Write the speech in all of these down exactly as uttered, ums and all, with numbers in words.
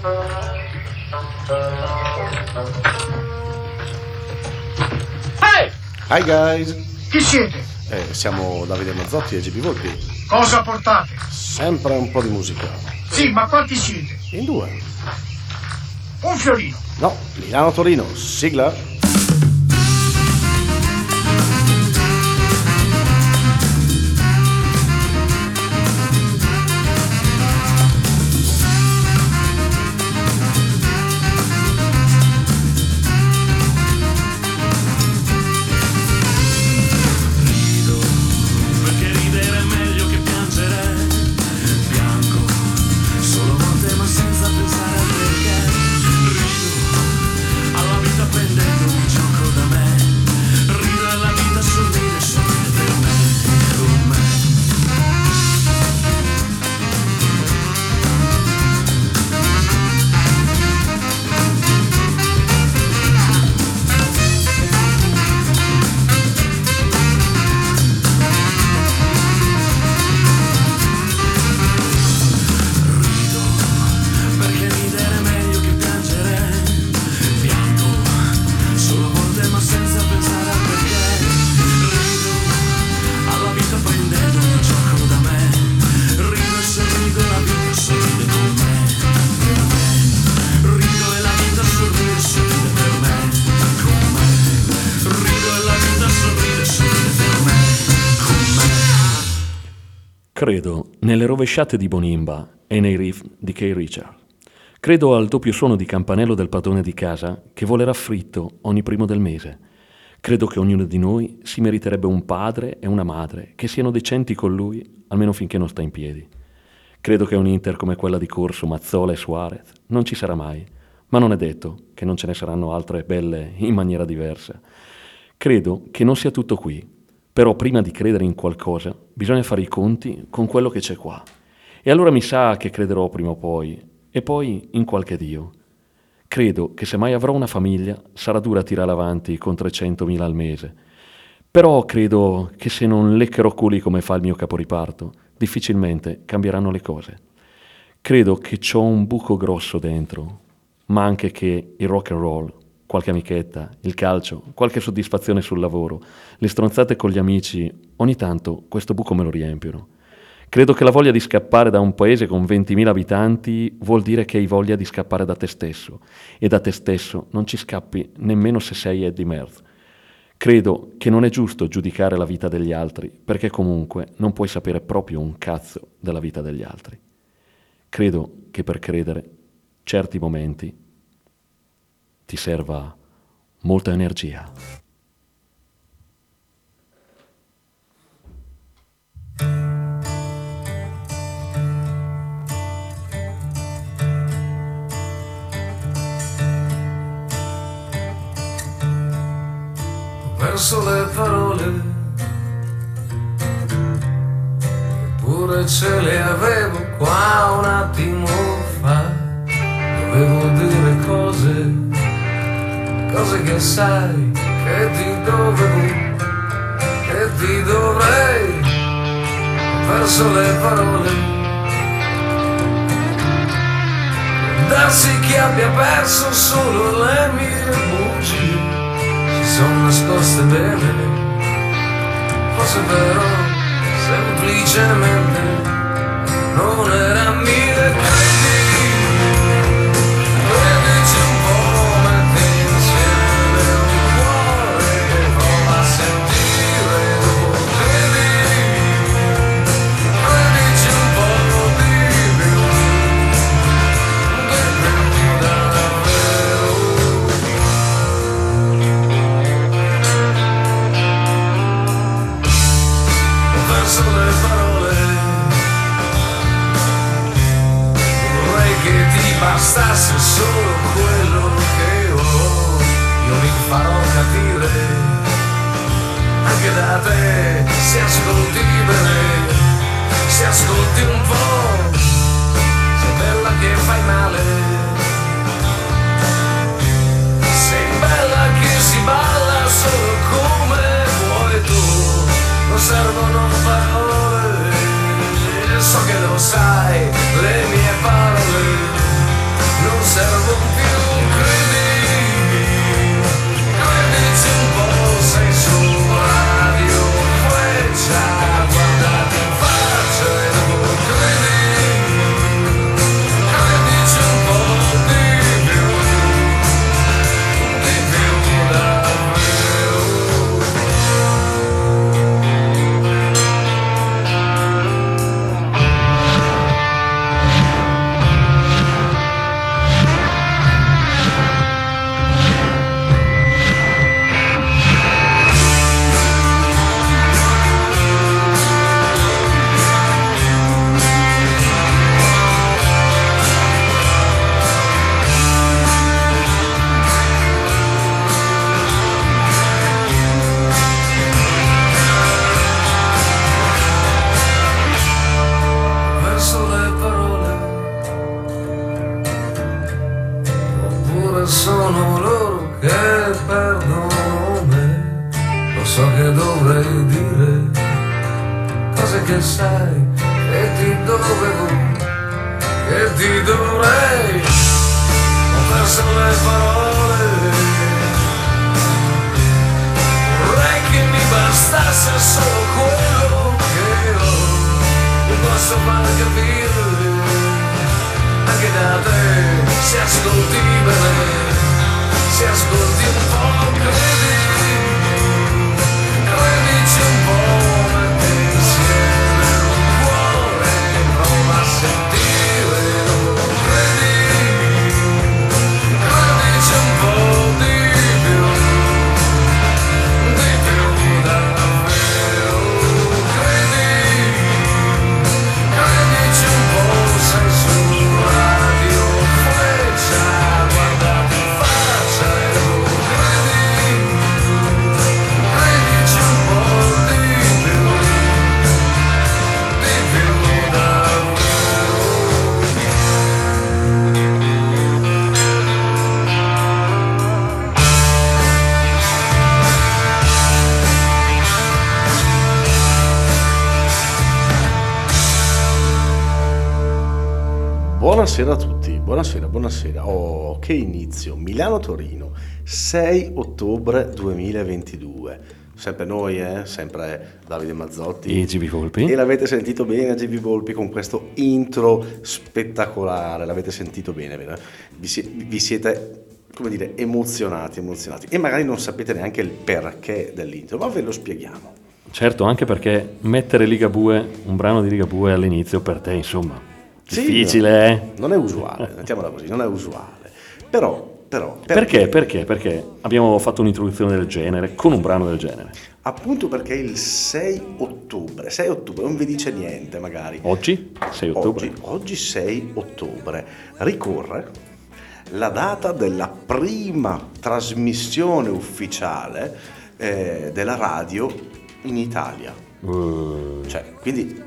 Hey! Hi guys! Chi siete? Eh, siamo Davide Mazzotti e G P Volpi. Cosa portate? Sempre un po' di musica. Sì, ma quanti siete? In due. Un fiorino. No, Milano-Torino, sigla. Credo nelle rovesciate di Bonimba e nei riff di Keith Richards. Credo al doppio suono di campanello del padrone di casa che volerà fritto ogni primo del mese. Credo che ognuno di noi si meriterebbe un padre e una madre che siano decenti con lui, almeno finché non sta in piedi. Credo che un Inter come quella di Corso, Mazzola e Suarez non ci sarà mai, ma non è detto che non ce ne saranno altre belle in maniera diversa. Credo che non sia tutto qui. Però prima di credere in qualcosa bisogna fare i conti con quello che c'è qua. E allora mi sa che crederò prima o poi, e poi in qualche Dio. Credo che se mai avrò una famiglia sarà dura tirare avanti con trecentomila al mese. Però credo che se non leccherò culi come fa il mio caporiparto, difficilmente cambieranno le cose. Credo che c'ho un buco grosso dentro, ma anche che il rock and roll, qualche amichetta, il calcio, qualche soddisfazione sul lavoro, le stronzate con gli amici, ogni tanto questo buco me lo riempiono. Credo che la voglia di scappare da un paese con ventimila abitanti vuol dire che hai voglia di scappare da te stesso, e da te stesso non ci scappi nemmeno se sei Eddie Merz. Credo che non è giusto giudicare la vita degli altri, perché comunque non puoi sapere proprio un cazzo della vita degli altri. Credo che per credere, certi momenti, ti serva molta energia. Ho perso le parole, eppure ce le avevo qua un attimo fa. Dovevo dire cose, cose che sai che ti dovevo, che ti dovrei. Ho perso le parole, può darsi che abbia perso solo le mie bugie. Si sono nascoste bene, forse però semplicemente non era mia. Credi, credici un po', metti insieme un cuore e prova a sentire dopo. Credi, credici un po' di più, che più da davvero. Ho perso le parole, vorrei che ti bastasse solo quello che ho. Io mi farò capire anche da te, se ascolti bene, se ascolti un po', sei bella che fai male, sei bella che si balla solo come vuoi tu. Non servono parole, so che lo sai, le mie parole non sono loro che perdono me. Lo so che dovrei dire cose che sai che ti dovevo, che ti dovrei. Ho perso le parole, vorrei che mi bastasse solo quello che ho. Non posso far capire anche da te, se ascolti bene, se ascolti un po', credi, credici un po', metti insieme un cuore e prova a sentire, credi, credici un po' di più, di più davvero, credi, credici un po', sei su Radio Freccia, guardati in faccia e lo credi, credici un po' di più, di più davvero. Buonasera a tutti, buonasera, buonasera. Oh, che inizio. Milano-Torino, sei ottobre duemilaventidue. Sempre noi, eh? Sempre Davide Mazzotti. E G B Volpi. E l'avete sentito bene a G B Volpi con questo intro spettacolare. L'avete sentito bene, vero? Vi, si- vi siete, come dire, emozionati, emozionati. E magari non sapete neanche il perché dell'intro, ma ve lo spieghiamo. Certo, anche perché mettere Ligabue, un brano di Ligabue all'inizio per te, insomma, Sì, difficile, eh? Non è usuale, mettiamola così, non è usuale. Però, però, Perché? Perché? Perché abbiamo fatto un'introduzione del genere, con un brano del genere. Appunto perché il sei ottobre, sei ottobre non vi dice niente magari. Oggi, sei ottobre. Oggi, oggi sei ottobre, ricorre la data della prima trasmissione ufficiale eh, della radio in Italia. Uh, Cioè, quindi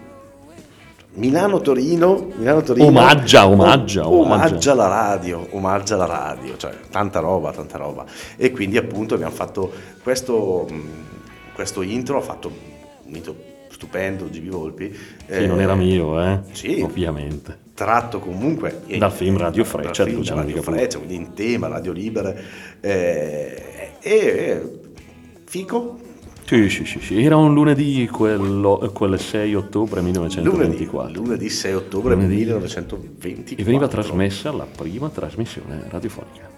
Milano-Torino, Milano-Torino Omaggia, omaggia, om- omaggia. omaggia la radio, omaggia la radio, cioè tanta roba, tanta roba. E quindi appunto abbiamo fatto questo, mh, questo intro, ha fatto un intro stupendo, G B Volpi. Sì, non era mio, eh? Sì. Ovviamente. Tratto comunque Dal film Radio Freccia, dal film diciamo, Radio di Ligabue. Freccia, quindi in tema, radio libere, eh, e e fico. Sì, sì, sì, sì. Era un lunedì, quello, quel sei ottobre Lunedì, millenovecentoventiquattro. lunedì sei ottobre Lunedì. millenovecentoventiquattro. E veniva trasmessa la prima trasmissione radiofonica.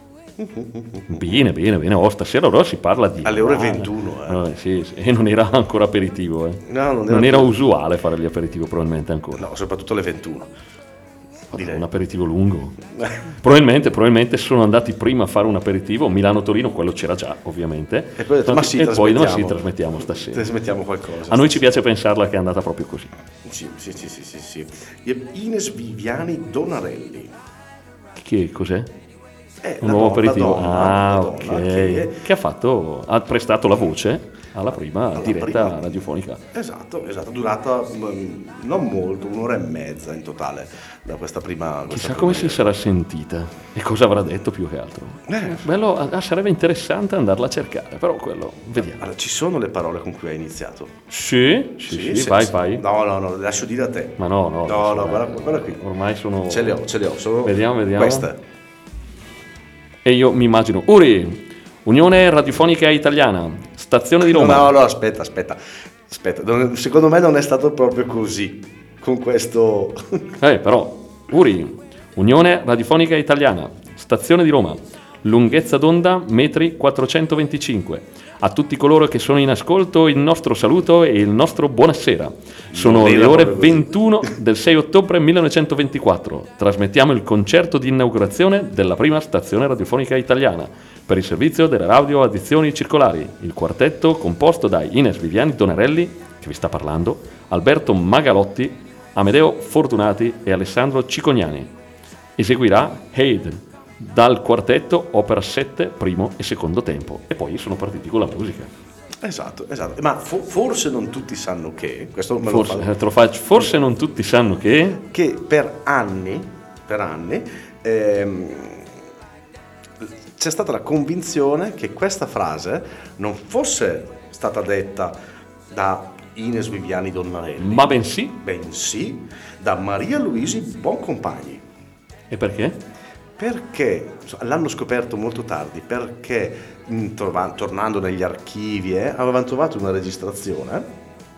Bene, bene, bene. Oh, stasera allora si parla di... Alle ore ah, ventuno, eh. eh, sì, sì. E non era ancora aperitivo, eh. No, non era non era più- usuale fare gli aperitivo probabilmente ancora. No, soprattutto alle ventuno. Direi. Un aperitivo lungo. probabilmente, probabilmente sono andati prima a fare un aperitivo. Milano-Torino, quello c'era già, ovviamente. E poi ho detto, ma sì, e poi no, trasmettiamo. sì, trasmettiamo stasera. Trasmettiamo qualcosa. A noi ci piace pensarla che è andata proprio così. Sì, sì, sì, sì, sì, sì. Ines Viviani Donarelli. Che cos'è? È Un la nuovo donna- aperitivo. la donna- ah, la ok. donna che- Che ha fatto, ha prestato la voce alla prima alla diretta prima- radiofonica. Esatto, esatto, durata mm, non molto, un'ora e mezza in totale da questa prima. questa Chissà prima come si diretta. sarà sentita e cosa avrà detto più che altro. Eh. Bello, ah, sarebbe interessante andarla a cercare, però quello vediamo. Allora, ci sono le parole con cui hai iniziato? Sì, sì, sì, se- vai, se- vai. No, no, no, le lascio dire a te. Ma no, no. No, no, adesso, guarda, eh, guarda qui. Ormai sono... Ce le ho, ce le ho. Sono Vediamo, vediamo. Queste. E io mi immagino, Uri, Unione Radiofonica Italiana, stazione di No, Roma. no, no, aspetta, aspetta. Aspetta, non- secondo me non è stato proprio così. Con questo. Eh, però, Uri, Unione Radiofonica Italiana, stazione di Roma, lunghezza d'onda metri quattrocentoventicinque. A tutti coloro che sono in ascolto il nostro saluto e il nostro buonasera. Sono Non le era ore proprio così. ventuno del sei ottobre millenovecentoventiquattro. Trasmettiamo il concerto di inaugurazione della prima stazione radiofonica italiana per il servizio delle radio addizioni circolari. Il quartetto composto da Ines Viviani Donarelli, che vi sta parlando, Alberto Magalotti, Amedeo Fortunati e Alessandro Cicognani. Eseguirà Haid dal quartetto opera sette primo e secondo tempo, e poi sono partiti con la musica. Esatto, esatto. Ma fo- forse non tutti sanno che. Questo me lo Forse, fa- eh, te lo faccio, forse non tutti sanno che che per anni, per anni ehm, c'è stata la convinzione che questa frase non fosse stata detta da Ines Viviani Donnarelli, Ma bensì. bensì da Maria Luisi Boncompagni. E perché? Perché l'hanno scoperto molto tardi, perché mh, trova- tornando negli archivi eh, avevano trovato una registrazione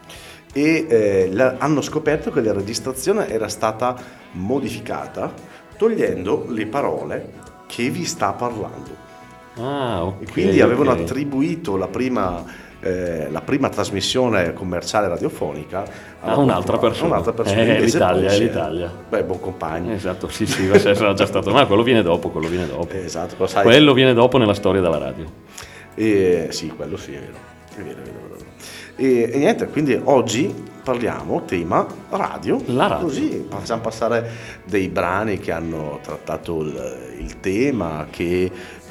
e eh, la- hanno scoperto che la registrazione era stata modificata togliendo le parole che vi sta parlando. Ah, ok. E quindi avevano ok. attribuito la prima, eh, la prima trasmissione commerciale radiofonica A un'altra persona. a un'altra persona. Eh, Invece l'Italia, poi è si è- l'Italia. Beh, Boncompagni. Esatto, sì, sì, era già stato. Ma quello viene dopo, quello viene dopo. Esatto, lo sai. Quello viene dopo nella storia della radio. E, sì, quello sì, è vero. È vero, è vero, è vero. E, e niente, quindi oggi parliamo tema radio. La radio. Così facciamo passare dei brani che hanno trattato il, il tema, che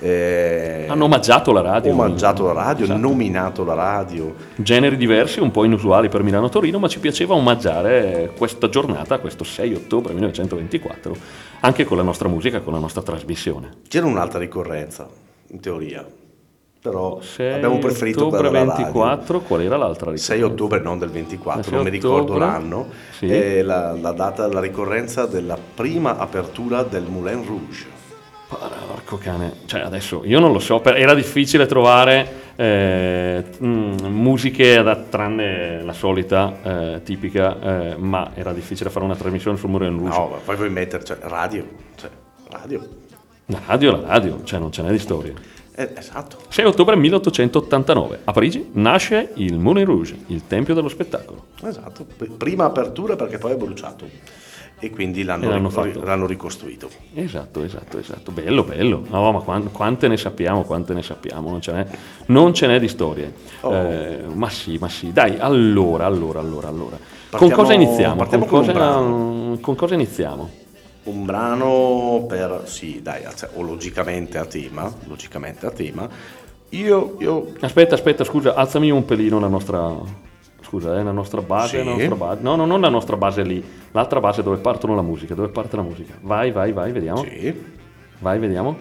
eh, Hanno omaggiato la radio. omaggiato la radio, Esatto. nominato la radio. Generi diversi, un po' inusuali per Milano-Torino, ma ci piaceva omaggiare questa giornata, questo sei ottobre millenovecentoventiquattro, anche con la nostra musica, con la nostra trasmissione. C'era un'altra ricorrenza, in teoria, però sei abbiamo preferito ottobre quella della radio. ventiquattro, qual era l'altra ricorrenza? sei ottobre, non del ventiquattro, sei non mi ricordo ottobre, l'anno, sì. è la, la data, la ricorrenza della prima apertura del Moulin Rouge. Porco cane, cioè adesso io non lo so, per- era difficile trovare eh, mh, musiche da- tranne la solita eh, tipica, eh, ma era difficile fare una trasmissione sul Moulin Rouge. No, ma poi vuoi mettere, cioè, radio, cioè, radio, La radio è la radio, cioè non ce n'è di storia. eh, esatto. sei ottobre milleottocentottantanove, a Parigi nasce il Moulin Rouge, il tempio dello spettacolo. Esatto, P- prima apertura perché poi è bruciato e quindi l'hanno, E l'hanno ric- fatto. l'hanno ricostruito. Esatto, esatto, esatto, bello, bello. No, ma quan- quante ne sappiamo, quante ne sappiamo, non ce n'è, non ce n'è di storie. Oh. Eh, ma sì, ma sì, dai, allora, allora, allora, allora. Partiamo- con cosa iniziamo? partiamo con, con un cosa, con cosa iniziamo? Un brano per, sì dai, cioè, o logicamente a tema, logicamente a tema, io, io Aspetta, aspetta, scusa, alzami un pelino la nostra... Scusa, è la nostra base, Sì. la nostra base. No, no, non la nostra base lì, l'altra base dove partono la musica, dove parte la musica. Vai, vai, vai, vediamo. sì, Vai, vediamo.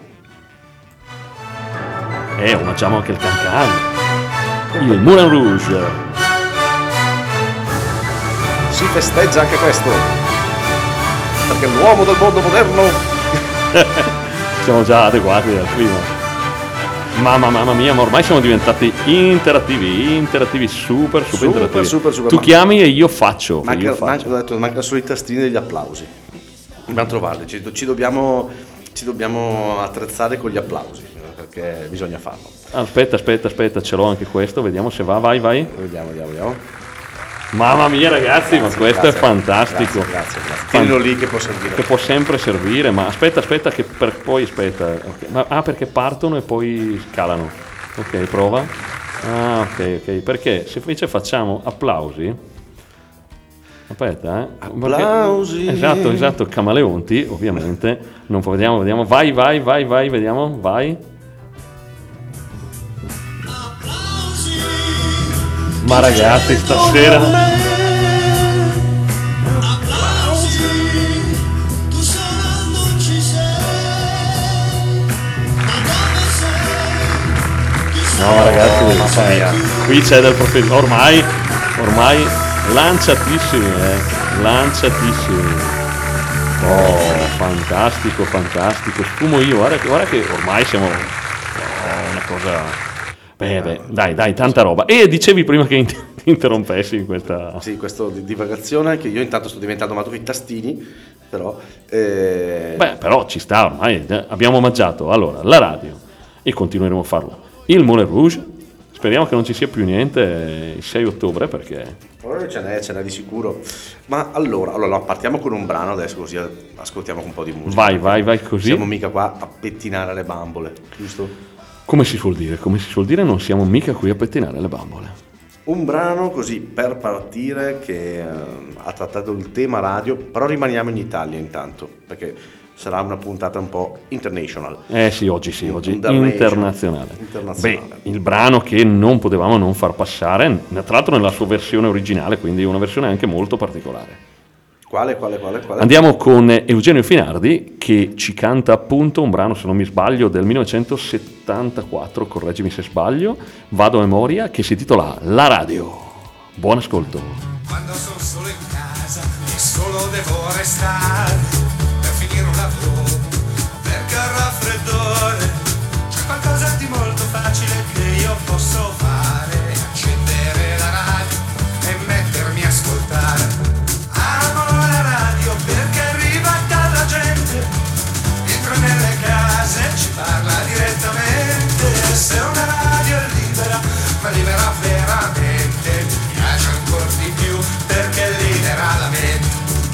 E omaggiamo anche il Cancan. Il Moulin Rouge. si festeggia anche questo, perché l'uomo del mondo moderno, Siamo già adeguati dal prima. Mamma, mamma mia, ma ormai siamo diventati interattivi, interattivi, super, super, Super, interattivi. super, super, Tu ma- chiami e io faccio. che manca, io faccio. manca, ho detto, mancano solo i tastini degli applausi, dobbiamo trovarli, ci, ci dobbiamo, ci dobbiamo attrezzare con gli applausi, perché bisogna farlo. Aspetta, aspetta, aspetta, ce l'ho anche questo, vediamo se va, vai, vai. Vediamo, vediamo, vediamo. Mamma mia ragazzi, ma questo Grazie, è fantastico. Grazie, grazie, grazie. Tienilo lì che può Che servire. può sempre servire, ma aspetta, aspetta, che per poi aspetta. ok. Ma, ah, perché partono e poi scalano. Ok, prova. Ah, ok, ok. Perché se invece facciamo applausi. Aspetta, eh. Applausi. Perché- esatto, esatto. Camaleonti, ovviamente. Non può, vediamo, vediamo. Vai, vai, vai, vai, vediamo. Vai. Ma ragazzi, stasera. No ragazzi, cioè, qui c'è del profilo, ormai, ormai lanciatissimi, eh, lanciatissimi. Oh, fantastico, fantastico, sfumo io, guarda, che- guarda che ormai siamo, oh, una cosa, beh, beh, dai, dai, tanta roba. E dicevi prima che inter- interrompessi in questa... Sì, questa di- divagazione che io intanto sto diventando matto con i tastini, però... eh, Beh, però ci sta ormai, eh, abbiamo omaggiato, allora, la radio, e continueremo a farlo. Il Moulin Rouge, speriamo che non ci sia più niente eh, il sei ottobre perché... Poi ce n'è, ce n'è di sicuro. Ma allora, allora no, partiamo con un brano adesso così ascoltiamo un po' di musica. Vai, vai, vai così. Siamo mica qua a pettinare le bambole, giusto? Come si suol dire, come si suol dire, non siamo mica qui a pettinare le bambole. Un brano così per partire che eh, ha trattato il tema radio, però rimaniamo in Italia intanto, perché sarà una puntata un po' international. Eh sì, oggi sì, oggi International. internazionale. Internazionale. Beh, il brano che non potevamo non far passare, tra l'altro nella sua versione originale, quindi una versione anche molto particolare. Quale, quale, quale, quale? Andiamo con Eugenio Finardi che ci canta appunto un brano, se non mi sbaglio, del millenovecentosettantaquattro, correggimi se sbaglio, vado a memoria, che si intitola La radio. Buon ascolto. Quando sono solo in casa e solo devo restare per finire un lavoro, perché il raffreddore c'è qualcosa di molto facile che io posso fare: accendere la radio e mettermi a ascoltare. Amo la radio perché arriva dalla gente, entra nelle case e ci parla direttamente. Se una radio è libera, ma libera veramente, mi piace ancora di più perché libera la mente.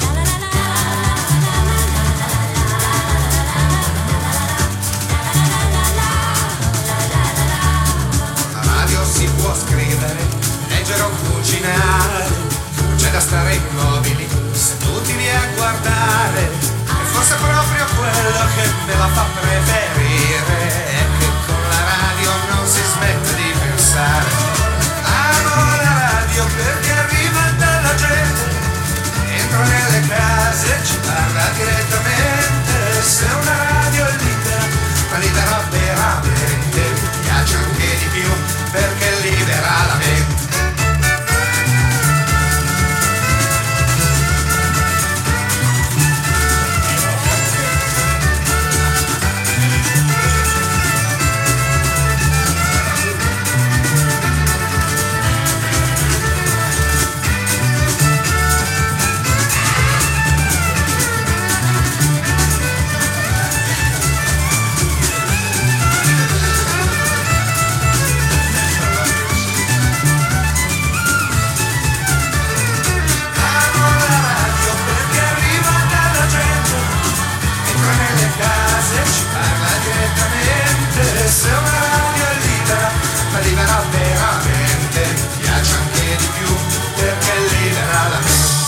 La radio si può scrivere, leggere o cucinare, non c'è da stare immobili, seduti lì a guardare. E forse proprio quello che me la fa preferire è che con la radio non si smette di pensare. Amo la radio perché arriva dalla gente, entra nelle case e ci parla direttamente. Se una radio è libera, ma libera veramente, mi piace anche di più perché libera la mente. Se una radio è libera, ma libera veramente, mi piace anche di più perché libera la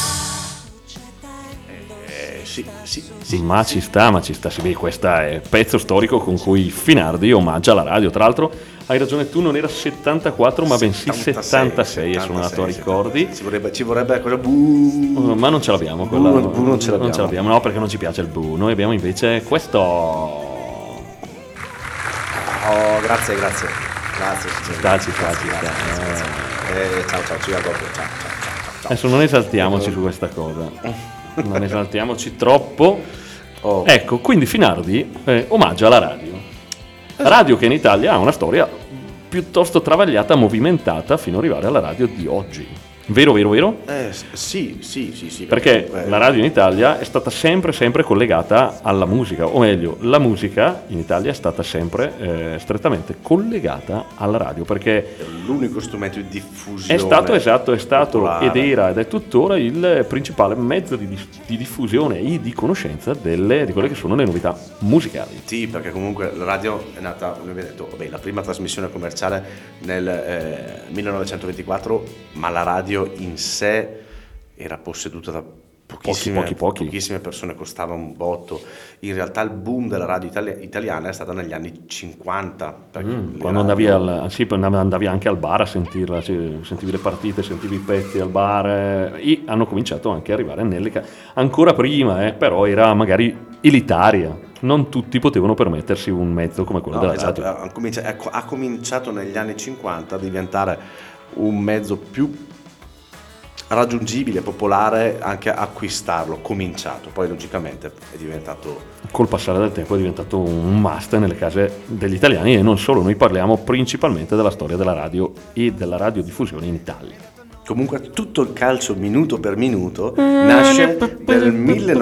mente. Eh, sì, sì, sì. Ma ci sta, ma ci sta, sì, beh, questo è pezzo storico con cui Finardi omaggia la radio. Tra l'altro hai ragione tu, non era settantaquattro ma bensì settantasei, adesso non la tua ricordi. Ci vorrebbe, ci vorrebbe quella buh. Uh, ma non ce l'abbiamo, Buh, quella, buh, non ce l'abbiamo. non ce l'abbiamo, no, perché non ci piace il buh. Noi abbiamo invece questo. Oh, grazie, grazie. Grazie. Ci sta, ci sta, ci sta. Eh, ciao, ciao, ci vediamo dopo. Ciao, ciao, ciao, ciao. Adesso non esaltiamoci su questa cosa, non esaltiamoci troppo. Oh. Ecco, quindi Finardi eh, omaggia la radio. Radio che in Italia ha una storia piuttosto travagliata, movimentata, fino ad arrivare alla radio di oggi. Vero, vero, vero? Eh, sì, sì, sì, sì. Perché comunque- la radio in Italia è stata sempre, sempre collegata alla musica, o meglio, la musica in Italia è stata sempre eh, strettamente collegata alla radio, perché è l'unico strumento di diffusione. è stato, esatto, è stato popolare. ed era ed è tuttora il principale mezzo di, di diffusione e di conoscenza delle, di quelle che sono le novità musicali. Sì, perché comunque la radio è nata, come abbiamo detto, vabbè, la prima trasmissione commerciale nel eh, millenovecentoventiquattro, ma la radio in sé era posseduta da pochissime, Pochi, pochi, pochi. pochissime persone, costava un botto. In realtà il boom della radio itali- italiana è stato negli anni cinquanta. perché Mm, le quando radio- andavi, al, sì, poi andavi anche al bar a sentirla, cioè, sentivi le partite, sentivi i pezzi al bar eh, e hanno cominciato anche ad arrivare nelle ca- ancora prima, eh, però era magari elitaria, non tutti potevano permettersi un mezzo come quello No, della esatto, radio. ha, comincia- ha- ha cominciato negli anni cinquanta a diventare un mezzo più raggiungibile, popolare, anche acquistarlo, cominciato, poi logicamente è diventato... Col passare del tempo è diventato un must nelle case degli italiani e non solo, noi parliamo principalmente della storia della radio e della radiodiffusione in Italia. Comunque tutto il calcio minuto per minuto nasce nel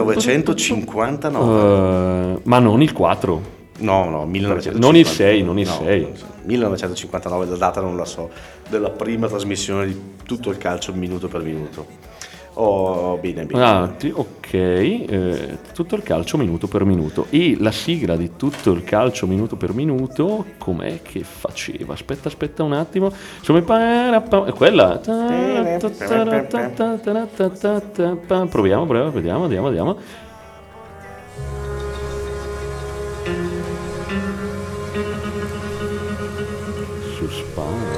millenovecentocinquantanove. Uh, ma non il quattro. No, no, millenovecentocinquantanove. Non il sei, non il No, sei. millenovecentocinquantanove, la data non la so, della prima trasmissione di tutto il calcio minuto per minuto. Oh, bene, bene. Ah, ti- ok, eh, tutto il calcio minuto per minuto. E la sigla di tutto il calcio minuto per minuto, com'è che faceva? Aspetta, aspetta un attimo. Insomma, pa- pa- è quella. Proviamo, proviamo, vediamo, vediamo, vediamo. Suspense.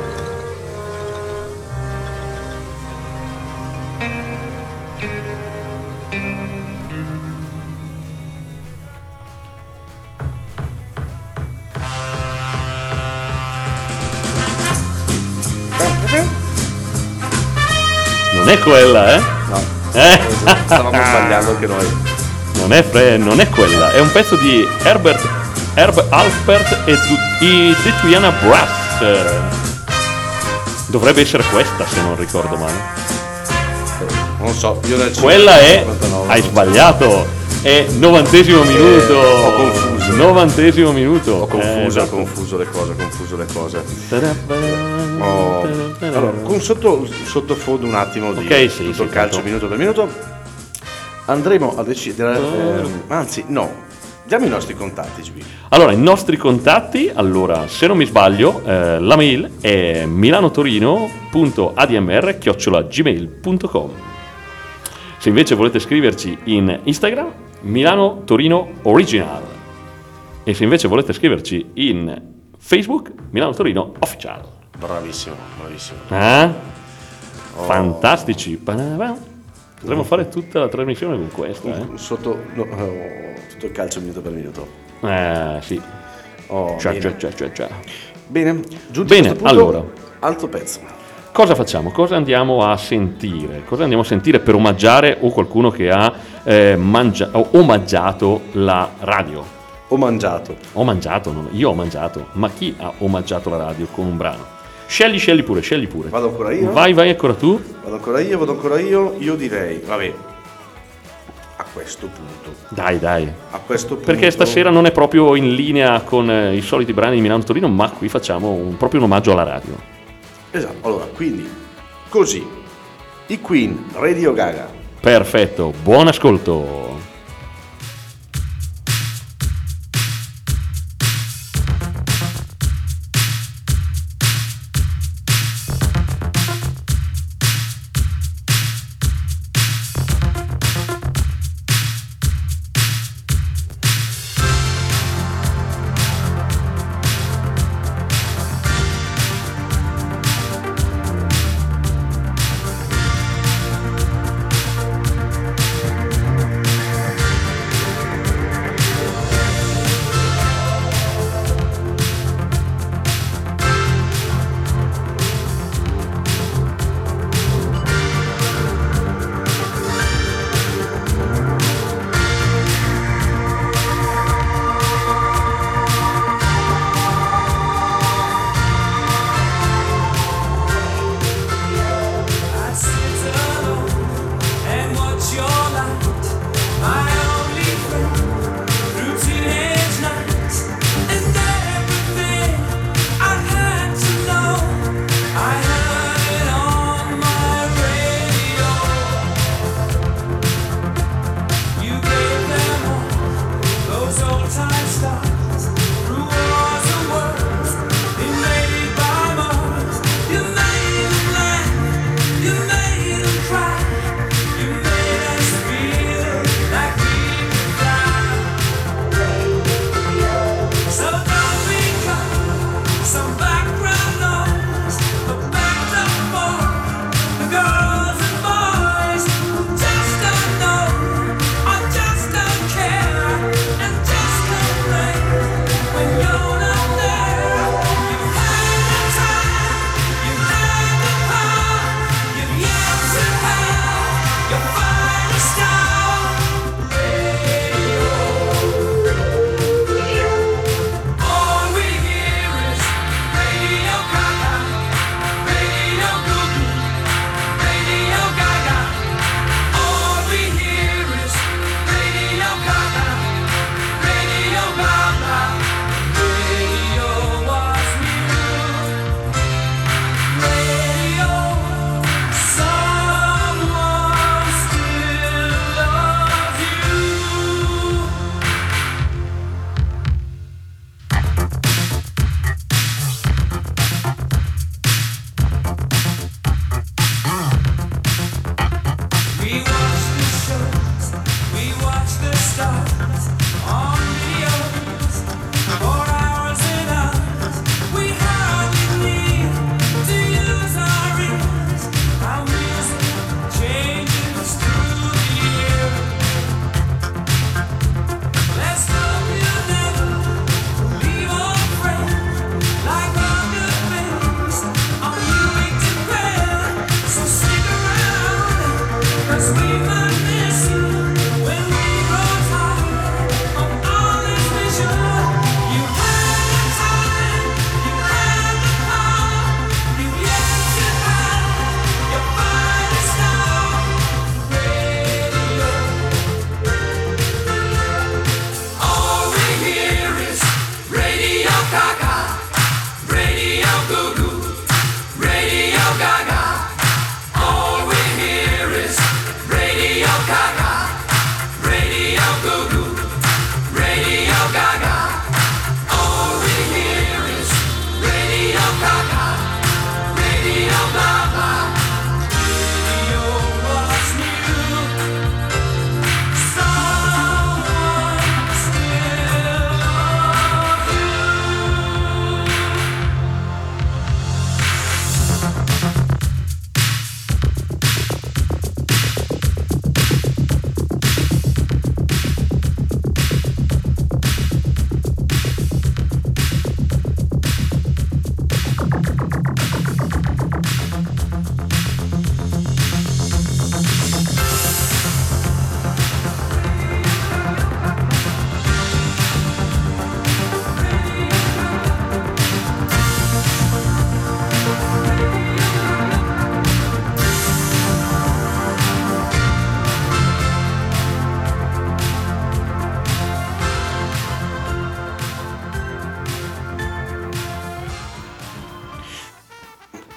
Non è quella, eh? No, Eh? stavamo sbagliando anche noi. Non è, fre- non è quella, è un pezzo di Herbert, Herb Alpert e Du- i Tetuyana Brass. Dovrebbe essere questa, se non ricordo male. Non so, io nel Quella è, cinquantanove, hai non so. sbagliato, è novantesimo minuto. ho confuso. Novantesimo minuto. Ho confuso, Eh, ho esatto. confuso le cose, ho confuso le cose. Oh. Allora, con sotto, sottofondo un attimo di Ok, sì, tutto sì, il calcio tanto. minuto per minuto, andremo a decidere, ehm, anzi no, diamo i nostri contatti, G B. Allora, i nostri contatti, allora, se non mi sbaglio, eh, la mail è milanotorino punto a d m r chiocciola gmail punto com. Se invece volete scriverci in Instagram, Milano Torino Original. E se invece volete scriverci in Facebook, Milano Torino Official. Bravissimo, bravissimo. Eh? Fantastici. Potremmo fare tutta la trasmissione con questa, eh? Sotto, no, oh, tutto il calcio minuto per minuto. Eh, sì. Oh, Ciao, bene. ciao, ciao, ciao, ciao. Bene, giunti Bene, a questo punto, allora. altro pezzo. Cosa facciamo? Cosa andiamo a sentire? Cosa andiamo a sentire per omaggiare o qualcuno che ha eh, mangia- o omaggiato la radio? Ho mangiato. Ho mangiato, non- io ho mangiato, ma chi ha omaggiato la radio con un brano? Scegli, scegli pure, scegli pure. Vado ancora io? Vai, vai ancora tu. Vado ancora io, vado ancora io. Io direi, vabbè, a questo punto, Dai, dai. a questo punto. Perché stasera non è proprio in linea con eh, i soliti brani di Milano Torino, ma qui facciamo un- proprio un omaggio alla radio. Esatto, allora, quindi, così, i Queen, Radio Gaga. Perfetto, buon ascolto. Thank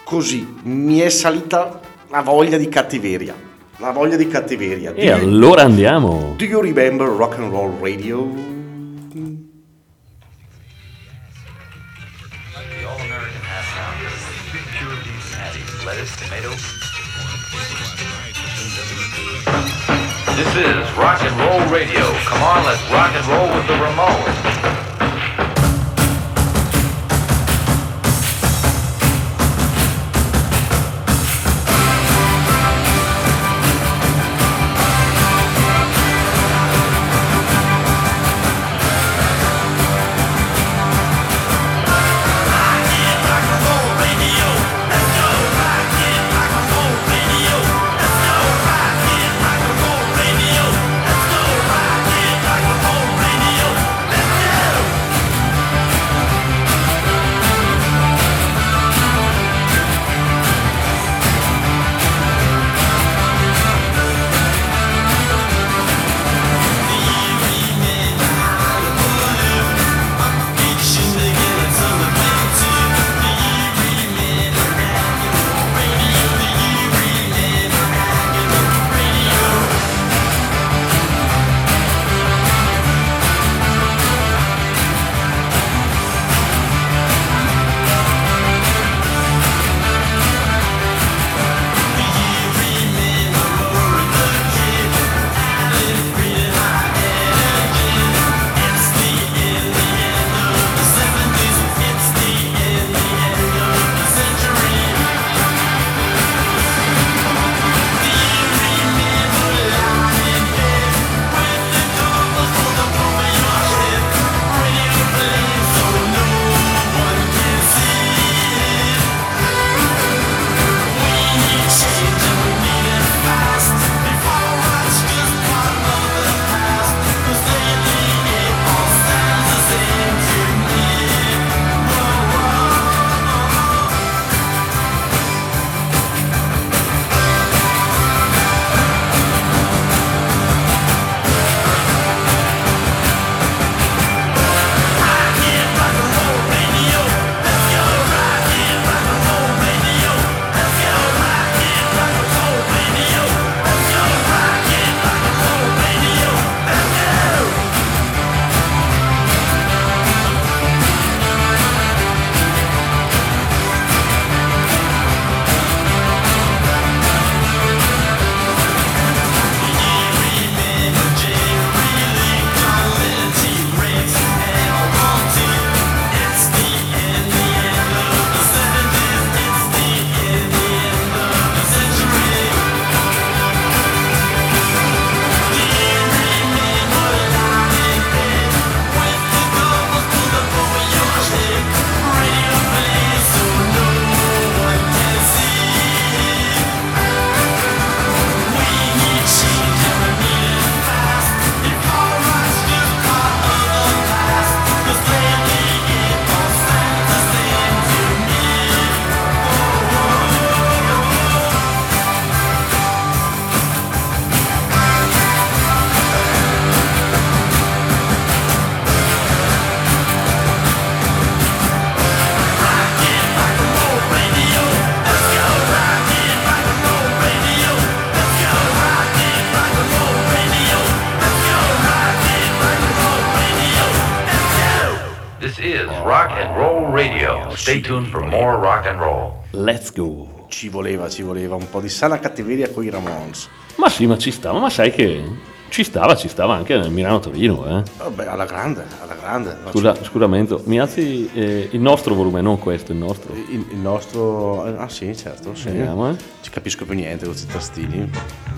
così mi è salita la voglia di cattiveria. La voglia di cattiveria. E allora andiamo. Do you remember Rock and Roll Radio? The all-American half pounder, big pure beef patty, lettuce, tomato. This is Rock and Roll Radio. Come on, let's rock and roll with the Ramones. Rock and Roll Radio. Stay tuned for more rock and roll. Let's go. Ci voleva, ci voleva un po' di sana cattiveria con i Ramones. Ma sì, ma ci stava, ma sai che ci stava, ci stava anche nel Milano-Torino, eh. Vabbè, alla grande, alla grande. Scusa, scusa Mento, mi alzi eh, il nostro volume, non questo, il nostro. Il, il nostro... Ah sì, certo, sì. Vediamo, eh. Ci capisco più niente con questi tastini.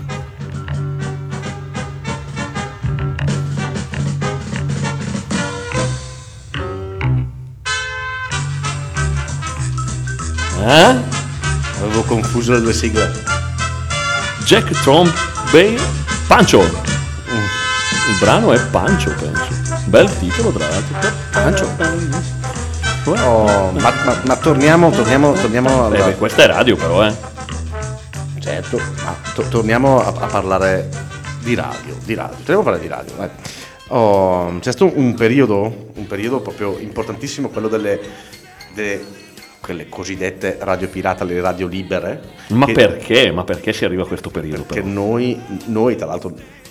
Eh? Avevo confuso le due sigle. Jack Trombay Pancho. Il brano è Pancho, penso. Bel titolo, tra l'altro. Pancho. Oh, ma, ma, ma torniamo, torniamo, torniamo alla... Eh, beh, questa è radio però, eh. Certo, ma to- torniamo a, a parlare di radio, di radio. Torniamo a parlare di radio. Vai. Oh, c'è stato un periodo, un periodo proprio importantissimo, quello delle, delle quelle cosiddette radio pirata, le radio libere. Ma che, perché? Ma perché si arriva a questo periodo? Perché però? noi, noi, tra l'altro,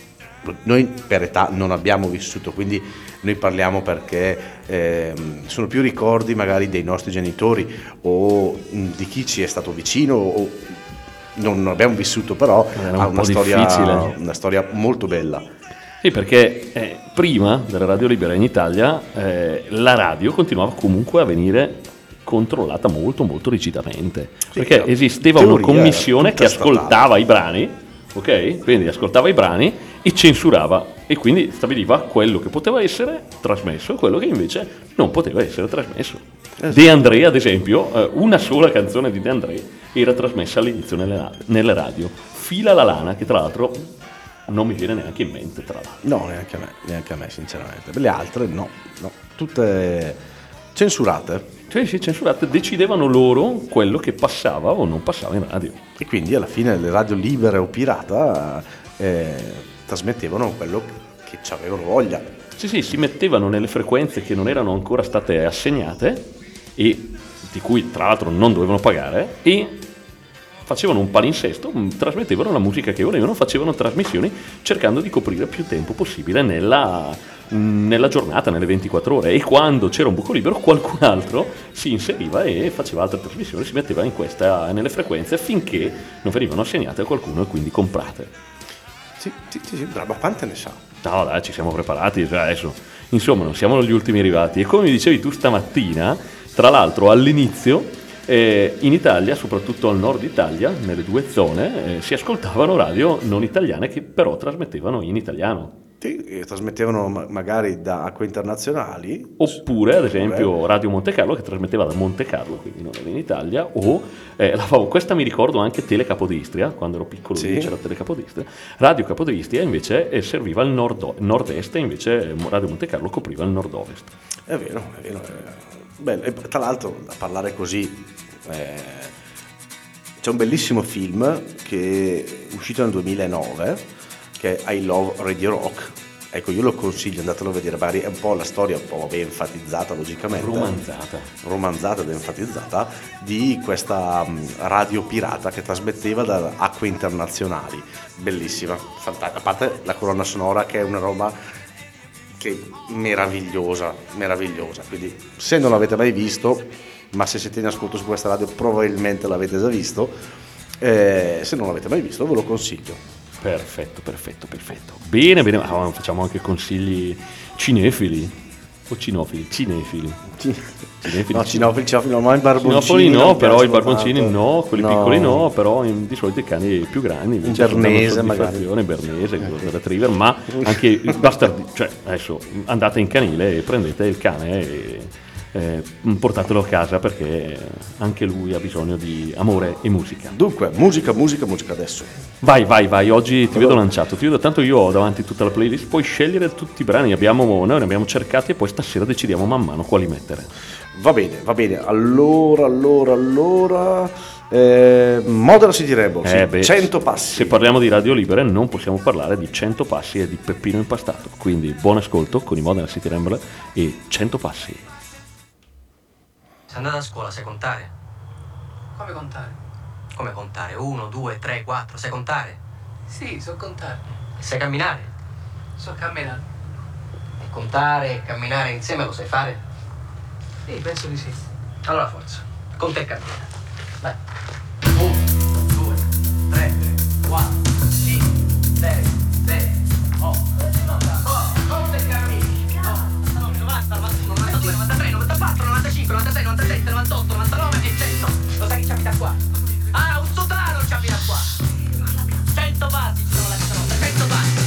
noi per età non abbiamo vissuto, quindi noi parliamo perché eh, sono più ricordi magari dei nostri genitori o mh, di chi ci è stato vicino o non, non abbiamo vissuto, però Era un ha una po' storia, difficile. una storia molto bella. Sì, perché eh, prima della radio libera in Italia eh, la radio continuava comunque a venire controllata molto molto rigidamente, Sì, perché la esisteva teoria una commissione era che tutta statale. ascoltava i brani, ok? Quindi ascoltava i brani e censurava e quindi stabiliva quello che poteva essere trasmesso e quello che invece non poteva essere trasmesso. Esatto. De André, ad esempio, eh, una sola canzone di De André era trasmessa all'inizio nelle, ra- nelle radio. Fila la lana, che tra l'altro non mi viene neanche in mente, tra l'altro. No, neanche a me, neanche a me sinceramente. Le altre no, no, tutte censurate. Cioè, sì, censurate, decidevano loro quello che passava o non passava in radio. E quindi alla fine le radio libere o pirata eh, trasmettevano quello che ci avevano voglia. Sì, sì, si mettevano nelle frequenze che non erano ancora state assegnate e di cui tra l'altro non dovevano pagare e facevano un palinsesto, mh, trasmettevano la musica che volevano, facevano trasmissioni cercando di coprire più tempo possibile nella, mh, nella giornata, nelle ventiquattro ore, e quando c'era un buco libero qualcun altro si inseriva e faceva altre trasmissioni, si metteva in questa, nelle frequenze finché non venivano assegnate a qualcuno e quindi comprate. Sì, sì, sì, sì, ma quante ne sa? No dai, ci siamo preparati, cioè adesso, insomma non siamo gli ultimi arrivati e come mi dicevi tu stamattina, tra l'altro all'inizio eh, in Italia, soprattutto al nord Italia, nelle due zone, eh, si ascoltavano radio non italiane che però trasmettevano in italiano. Sì, e trasmettevano ma- magari da acque internazionali. Oppure, ad esempio, Radio Monte Carlo che trasmetteva da Monte Carlo, quindi non era in Italia, o eh, la favo- questa mi ricordo anche Tele Capodistria, quando ero piccolo Sì. lì c'era Tele Capodistria. Radio Capodistria invece eh, serviva il nord- nord-est e invece eh, Radio Monte Carlo copriva il nord-ovest. È vero, è vero. È bello. E tra l'altro, a parlare così, eh, c'è un bellissimo film che è uscito nel duemilanove, che è I Love Radio Rock. Ecco, io lo consiglio, andatelo a vedere, magari è un po' la storia un po' ben enfatizzata, logicamente. Romanzata. romanzata ed enfatizzata di questa um, radio pirata che trasmetteva da acque internazionali. Bellissima, fantastica. A parte la colonna sonora che è una roba che è meravigliosa, meravigliosa. Quindi se non l'avete mai visto, ma se siete in ascolto su questa radio probabilmente l'avete già visto, eh, se non l'avete mai visto ve lo consiglio. Perfetto, perfetto, perfetto. Bene, bene, ma facciamo anche consigli cinefili o cinofili, cinefili. Cinefili, No, cinofili, cinofili, no, ma i barboncini Cinofili no, non però i piacciono barboncini tanto. no, quelli No. piccoli no, però in- di solito i cani più grandi invece Un bernese, danno magari. soddisfazione, bernese, golden retriever, ma anche basta, cioè adesso andate in canile e prendete il cane e eh, portatelo a casa perché anche lui ha bisogno di amore e musica. Dunque, musica, musica, musica adesso. Vai, vai, vai, oggi ti vedo lanciato, ti vedo, tanto io ho davanti tutta la playlist, puoi scegliere tutti i brani, abbiamo, noi ne abbiamo cercati e poi stasera decidiamo man mano quali mettere. Va bene, va bene. Allora, allora, allora. Eh, Modern City Rebel, sì, Eh, beh, cento passi. Se parliamo di radio libere non possiamo parlare di cento passi e di Peppino Impastato, quindi buon ascolto con i Modern City Rebel e cento passi. Sei andata a scuola, sai contare? Come contare? Come contare? Uno, due, tre, quattro, sai contare? Sì, so contare. E sai camminare? So camminare. E contare e camminare insieme lo sai fare? Sì, penso di sì. Allora forza, conta e cammina. Vai. Uno, due, tre, quattro, cinque, sei, sette, otto, conta e cammini. novanta, novantuno, novantadue, novantatré, novantaquattro, novantacinque, novantasei, novantasette, novantotto, novantanove e cento. Lo sai che ci abita qua? Ah, un sotano ci abita qua. cento passi ci sono la stanotte, cento passi.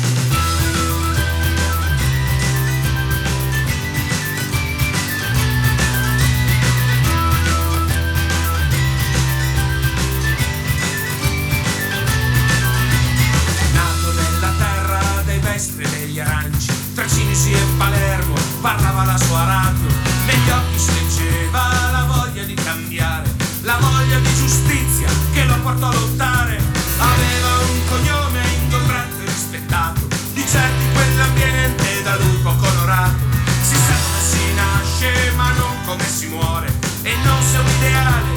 Nato nella terra dei vestri e degli aranci, tra Cinisi e Palermo parlava la sua radio, negli occhi si leggeva la voglia di cambiare, la voglia di giustizia che lo portò a lottare. Aveva un cognome ingombrante e rispettato, di certi quell'ambiente da lui poco onorato. Si sa come si nasce ma non come si muore, e non se un ideale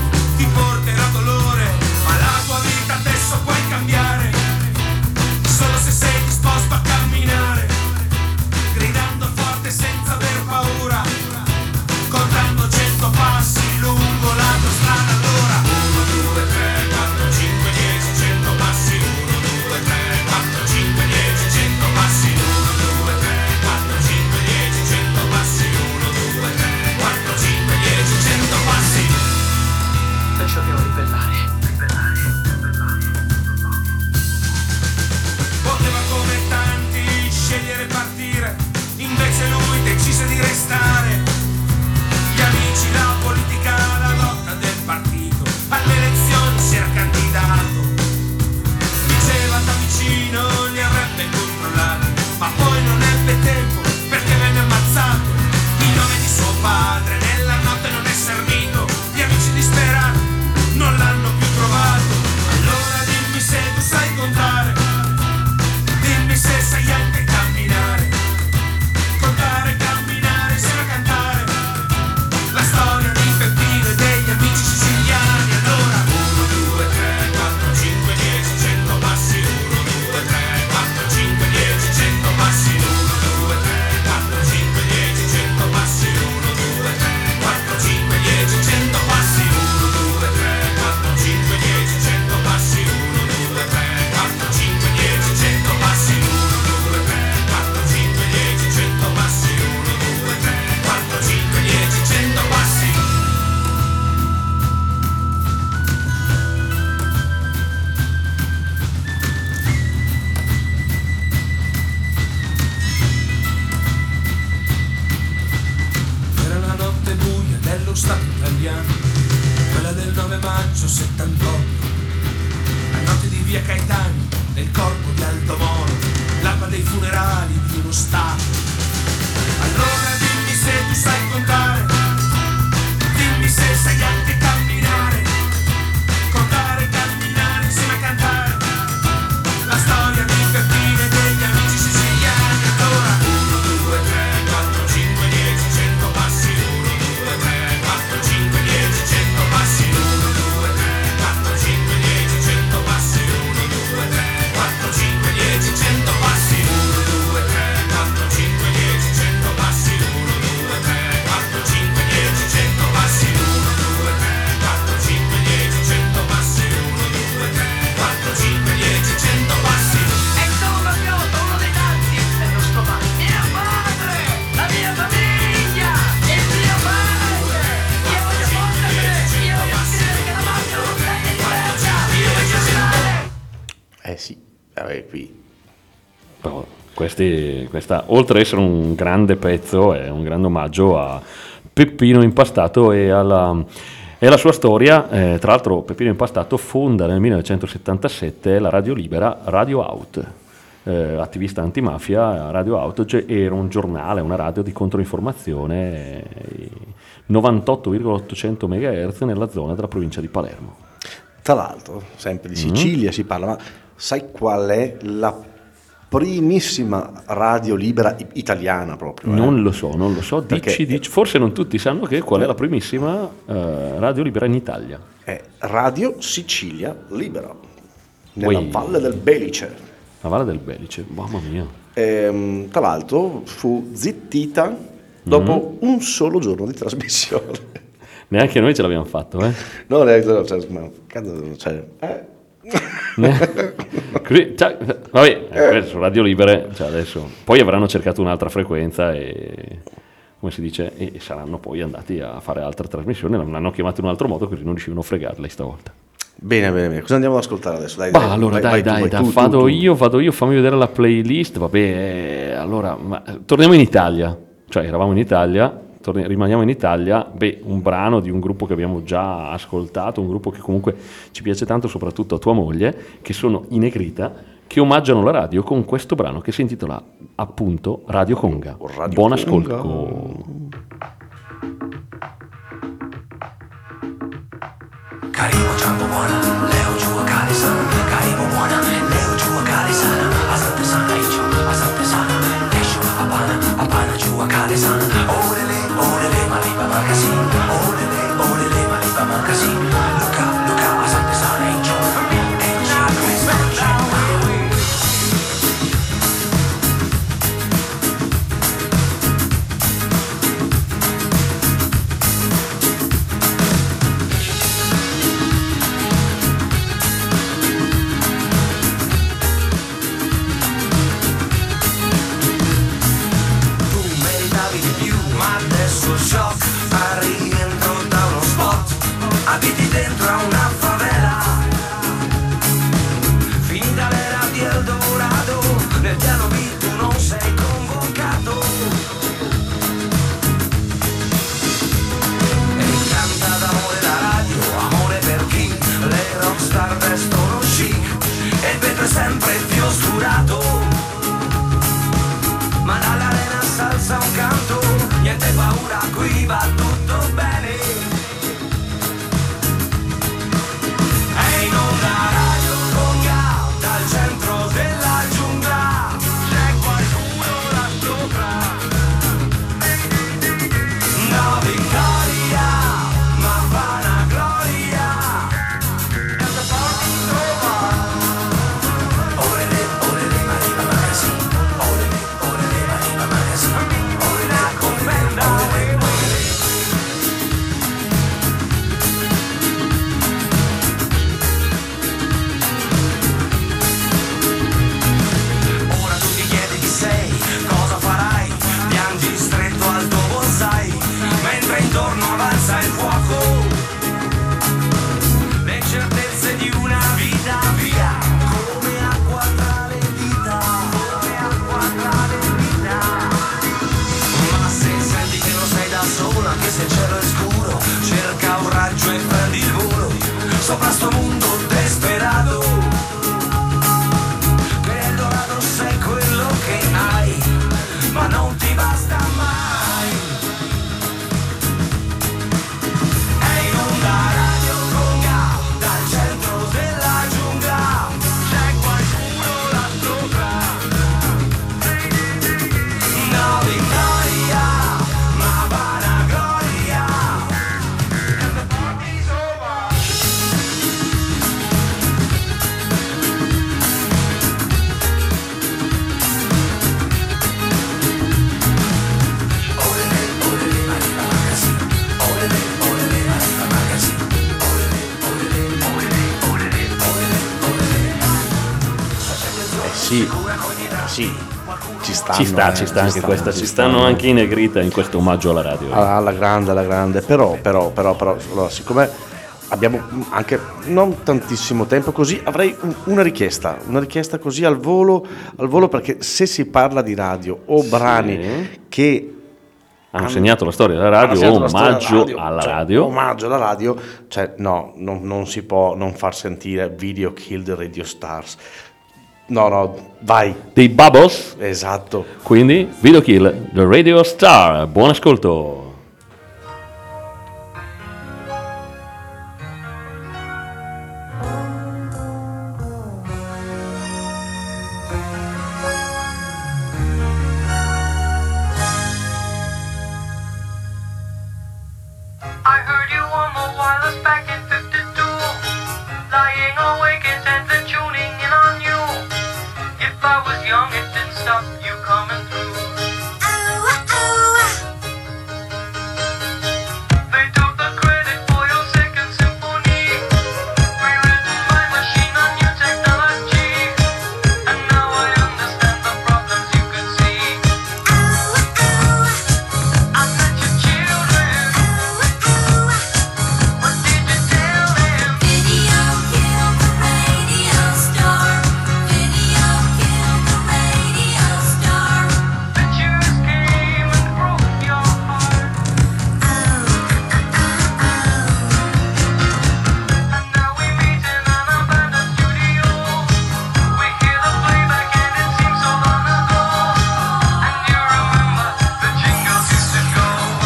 dello Stato italiano, quella del nove maggio settantotto, a notte di via Caetani, nel corpo di Aldo Moro, l'alba dei funerali di uno Stato. Allora dimmi se tu sai contare, dimmi se sai anche camminare, contare, camminare, insieme a cantare la storia di Peppino e degli amici siciliani. Allora uno, due, tre, quattro, cinque, dieci, cento passi, uno, due, tre, quattro, cinque, dieci, cento passi, uno, due, tre, quattro, cinque, dieci, cento passi, uno, due, tre, quattro, cinque, dieci, cento passi, uno, due, tre, quattro, cinque, dieci, cento passi, uno, due, tre, quattro, cinque, dieci, cento passi, uno, due, tre, quattro, cinque, dieci, cento passi, uno, due, tre, quattro, cinque, dieci, cento passi. E sono Piotto, uno dei tanti, è il nostro padre, mio padre, la mia famiglia, il mio padre. Io voglio fondere, io voglio scrivere che la mafia non prende in Grecia, io voglio girare. Eh sì, vabbè, qui. Però questi, questa, oltre ad essere un grande pezzo, è un grande omaggio a Peppino Impastato e alla, e alla sua storia. Eh, tra l'altro Peppino Impastato fonda nel millenovecentosettantasette la radio libera Radio Out, eh, attivista antimafia. Radio Out cioè, era un giornale, una radio di controinformazione, eh, novantotto virgola ottocento megahertz nella zona della provincia di Palermo. Tra l'altro, sempre di Sicilia si parla, ma sai qual è la primissima radio libera i- italiana proprio? eh? Non lo so, non lo so, dici, Perché- dici, forse non tutti sanno che qual è la primissima eh, radio libera in Italia. È Radio Sicilia Libera, nella Ui. Valle del Belice. La Valle del Belice, mamma mia. Ehm, tra l'altro fu zittita dopo un solo giorno di trasmissione. Neanche noi ce l'abbiamo fatto, eh? No, neanche- cioè, ma cazzo, cioè, eh. Così, cioè, vabbè, eh, queste sono radio libere, cioè adesso. Poi avranno cercato un'altra frequenza e, come si dice, e saranno poi andati a fare altre trasmissioni, l'hanno chiamato in un altro modo così non riuscivano a fregarle stavolta. Bene, bene, bene. Cosa andiamo ad ascoltare adesso? Dai, Ma dai, allora vai, dai, vai tu, dai, vai dai, tu, vado tu, tu. io, vado io, fammi vedere la playlist, vabbè, eh, allora, ma, eh, torniamo in Italia, cioè eravamo in Italia, torni- rimaniamo in Italia, beh, un brano di un gruppo che abbiamo già ascoltato, un gruppo che comunque ci piace tanto, soprattutto a tua moglie, che sono i Negrita, che omaggiano la radio con questo brano che si intitola appunto Radio Conga. Radio Buon Conga. ascolto. Karibu jambo bwana, leo jua kali sana. Karibu bwana, leo jua kali sana. Asante sana hicho, asante sana. Kesho hapana, hapana jua kali sana. Olele, olele, malipa magazine. Olele, olele, malipa magazine. Luka, luka, asante sana hicho. Enjoy Christmas. Tu meritavi di più, ma adesso shock. Al rientro da uno spot, abiti dentro a una favela. Finita l'era di Eldorado, nel piano B tu non sei convocato. E canta d'amore la radio, amore per chi le rockstar vestono chic. E il vetro è sempre più oscurato, ma dall'arena salsa un canto, niente paura, qui va tutto bene. È in onda Radio Conga, dal centro della giungla, c'è qualcuno là sopra. No vittoria, ma vanagloria. And the party's over. Olele, olele, Mariba Magazine. Olele, olele, Mariba Magazine. Olele, commenda, olele, olele. Ora tu ti chiedi chi sei, cosa farai, piangi stretto al tuo bonsai, mentre intorno avanza il fuoco, le certezze di una vita via, come acqua tra le dita, come acqua tra le dita. Ma se senti che non sei da sola, anche se il cielo è scuro, sopra sto mondo desperato, che Eldorado sei quello che hai, ma non ti basta mai. È in onda Radio Conga, dal centro della giungla, c'è qualcuno là sopra. No vittoria, ma vana gloria, and the party's over. Eh sì, sì, ci stanno. Ci sta, eh, ci sta anche stanno, questa, ci stanno anche in negrita in questo omaggio alla radio. alla, alla grande, alla grande, però, però, però, però, allora, siccome abbiamo anche non tantissimo tempo così, avrei un- una richiesta, una richiesta così al volo, al volo, perché se si parla di radio o brani che Hanno segnato la storia della radio, hanno segnato la storia omaggio della radio, alla cioè, radio. omaggio alla radio, cioè no, non, non si può non far sentire Video Kill the Radio Stars. No, no, vai, Dei Bubbles, esatto. quindi Video Kill, The Radio Star. Buon ascolto. I heard you on the wireless back in fifty-two, lying awake intent and tuning in on you. If I was young, it didn't stop you coming through. They took the credit for your second symphony, rewritten by machine on new technology, and now I understand the problems you could see. I met your children. What did you tell them? Video killed the radio star. Video killed the radio star. The Jews came and broke your heart. And now we meet in an abandoned studio. We hear the playback and it seems so long ago. And you remember the jingles used to go.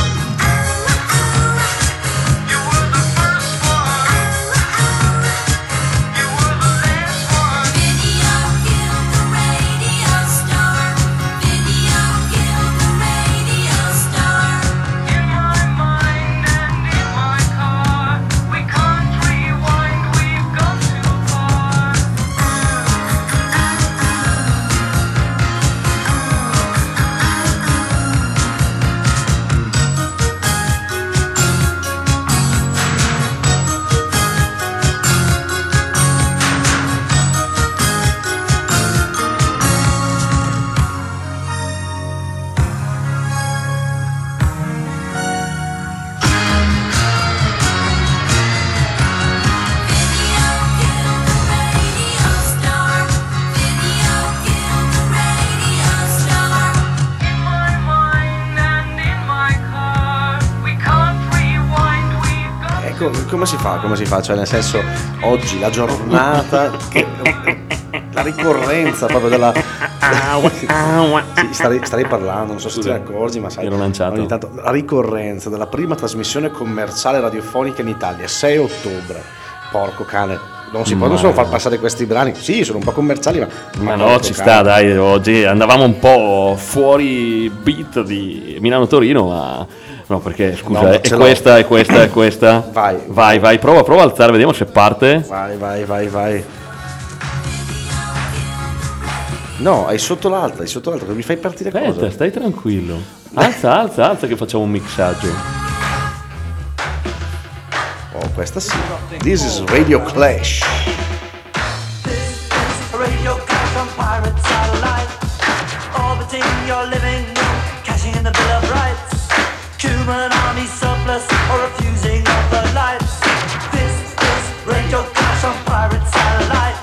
You were the first one. You were the last one. Video killed the radio star. Video killed the radio star. In my mind and in my car, we can't rewind, we've gone too far. Video killed the radio star. Video killed the radio star. In my mind and in my car, we can't rewind, we've gone Ecco, come si fa? Come si fa? Cioè, nel senso, oggi la giornata, che, la ricorrenza proprio della. Sì, starei, starei parlando, non so se ti Scusa, accorgi, ma sai, mi ero lanciato. ogni tanto la ricorrenza della prima trasmissione commerciale radiofonica in Italia, sei ottobre. Porco cane, non si Ma- possono far passare questi brani. Sì, sono un po' commerciali, ma. Ma ma no, porco ci cane. sta, dai, oggi andavamo un po' fuori beat di Milano-Torino, ma no, perché scusa, No, è, ce è l'ho. questa, è questa, è questa. Vai. vai, vai, prova, prova a alzare, vediamo se parte. Vai, vai, vai, vai. No, hai sotto l'altra, hai sotto l'altra, mi fai partire Aspetta, cosa? stai tranquillo. Alza, alza, alza che facciamo un mixaggio. Oh, questa sì. This is Radio Clash. Radio clash on pirate satellite, orbiting your living room, cashing in the Bill of Rights, Cuban army surplus or refusing of the lights. This is Radio clash on pirate satellite.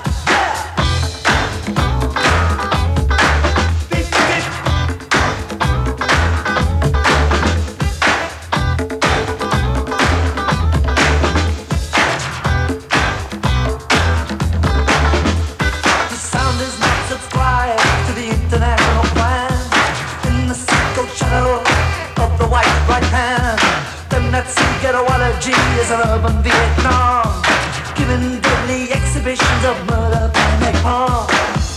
Beep, beep. at sea, get a water G is an urban Vietnam, giving deadly exhibitions of murder, panic, palm.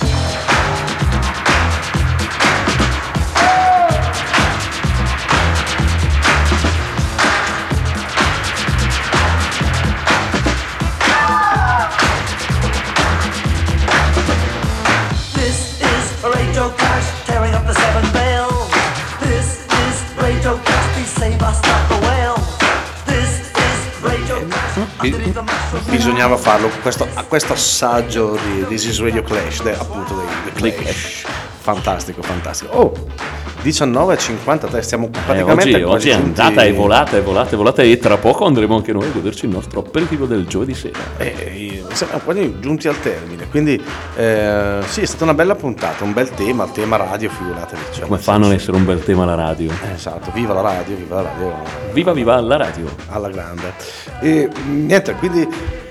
This is a radio clash, tearing up the seven veils. This is radio clash, please save us, not the whale. This is radio clash, underneath the mushroom. Bisognava farlo, questo, questo assaggio di This is Radio Clash, de- appunto dei The Clash. Fantastico, fantastico. Oh, diciannove e cinquantatré, stiamo Eh, praticamente oggi, oggi è quasi andata, giunti- è volata, è volata, è volata e tra poco andremo anche noi a goderci il nostro aperitivo del giovedì sera. Eh, siamo quasi giunti al termine, quindi eh, sì, è stata una bella puntata, un bel tema, il tema radio, figuratevi. Cioè, Come fa a non essere un bel tema la radio? Eh, esatto, viva la radio, viva la radio. Viva viva la radio! Alla grande. E niente, quindi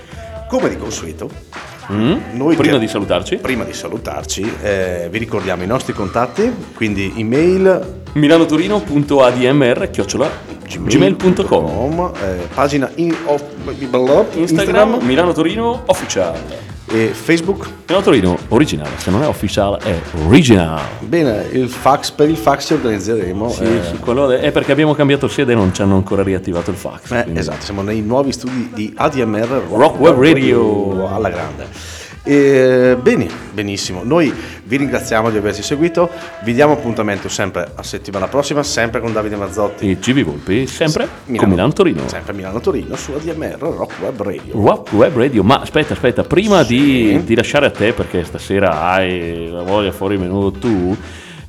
come di consueto, Mm? noi Prima che- di salutarci, prima di salutarci, eh, vi ricordiamo i nostri contatti, quindi email milanotorino.admr chiocciola gmail punto com, eh, pagina in of, Instagram, Instagram Milano Torino Official, e Facebook. Milano Torino originale, se non è official è original. Bene, il fax, per il fax ci organizzeremo. Sì, eh, sì, quello è perché abbiamo cambiato sede e non ci hanno ancora riattivato il fax. eh, quindi- esatto, siamo nei nuovi studi di A D M R Rock Web Radio. alla grande. E, bene, benissimo. Noi vi ringraziamo di averci seguito. Vi diamo appuntamento sempre a settimana prossima, sempre con Davide Mazzotti. E G V Volpi sempre con Milano Torino. Sempre Milano Torino su A D M R Rock Web Radio. Rock Web Radio, ma aspetta, aspetta, prima Sì. di, di lasciare a te, perché stasera hai la voglia fuori menù tu,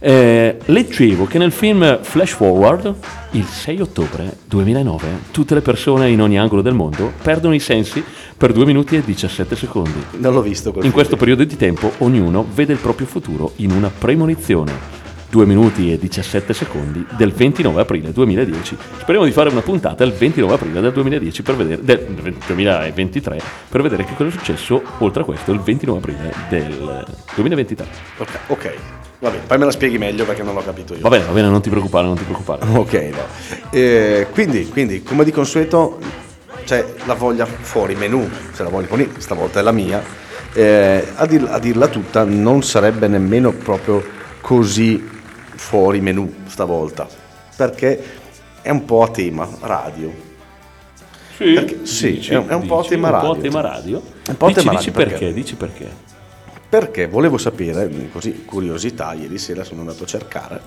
eh, leggevo che nel film Flash Forward, il sei ottobre duemilanove, tutte le persone in ogni angolo del mondo perdono i sensi per due minuti e diciassette secondi. Non l'ho visto quel In film. questo periodo di tempo ognuno vede il proprio futuro in una premonizione. due minuti e diciassette secondi del ventinove aprile duemiladieci. Speriamo di fare una puntata il ventinove aprile del duemiladieci per vedere, del duemilaventitré, per vedere che cosa è successo oltre a questo il ventinove aprile del duemilaventitré. Ok, ok. Va bene, poi me la spieghi meglio perché non l'ho capito io. Va bene, va bene, non ti preoccupare, non ti preoccupare. Ok, no. Eh, quindi, quindi, come di consueto, c'è la voglia fuori menù, se la voglio con stavolta è la mia. Eh, a, dir- a dirla tutta, non sarebbe nemmeno proprio così fuori menù stavolta, perché è un po' a tema radio. Sì, Perché- sì, è un- è un po' dici, tema un po' radio. tema radio. Un po' dici, tema dici radio, perché, perché? dici perché. Perché volevo sapere, così curiosità, ieri sera sono andato a cercare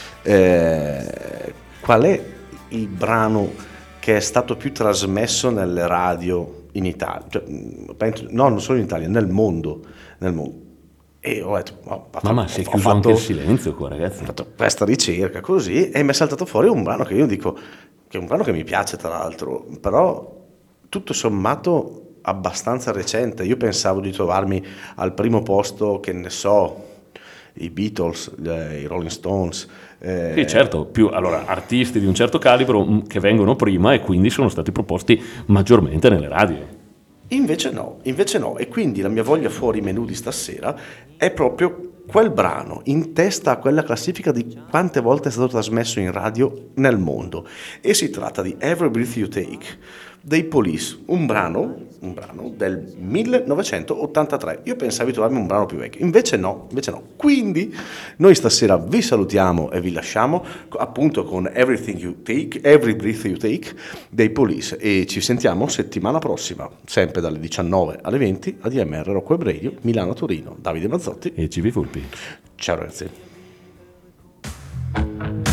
eh, qual è il brano che è stato più trasmesso nelle radio in Italia, cioè, penso- no, non solo in Italia, nel mondo, nel mondo. E ho detto, oh, ho Mamma, fatto- si è ho chiuso fatto- anche il silenzio qua, ragazzi. ho fatto questa ricerca così e mi è saltato fuori un brano che io dico, che è un brano che mi piace tra l'altro, però tutto sommato abbastanza recente. Io pensavo di trovarmi al primo posto, che ne so, i Beatles, eh, i Rolling Stones. eh, Sì, certo, più allora artisti di un certo calibro mh, che vengono prima e quindi sono stati proposti maggiormente nelle radio. Invece no, invece no. E quindi la mia voglia fuori menù di stasera è proprio quel brano in testa a quella classifica di quante volte è stato trasmesso in radio nel mondo. E si tratta di Every Breath You Take dei Police, un brano, un brano del millenovecentottantatré. Io pensavo di trovarmi un brano più vecchio, invece no, invece no. Quindi noi stasera vi salutiamo e vi lasciamo appunto con Everything You Take, Every Breath You Take dei Police, e ci sentiamo settimana prossima, sempre dalle diciannove alle venti a D M R Rock Web Radio, Milano Torino. Davide Mazzotti e G V Fulpi. Ciao ragazzi.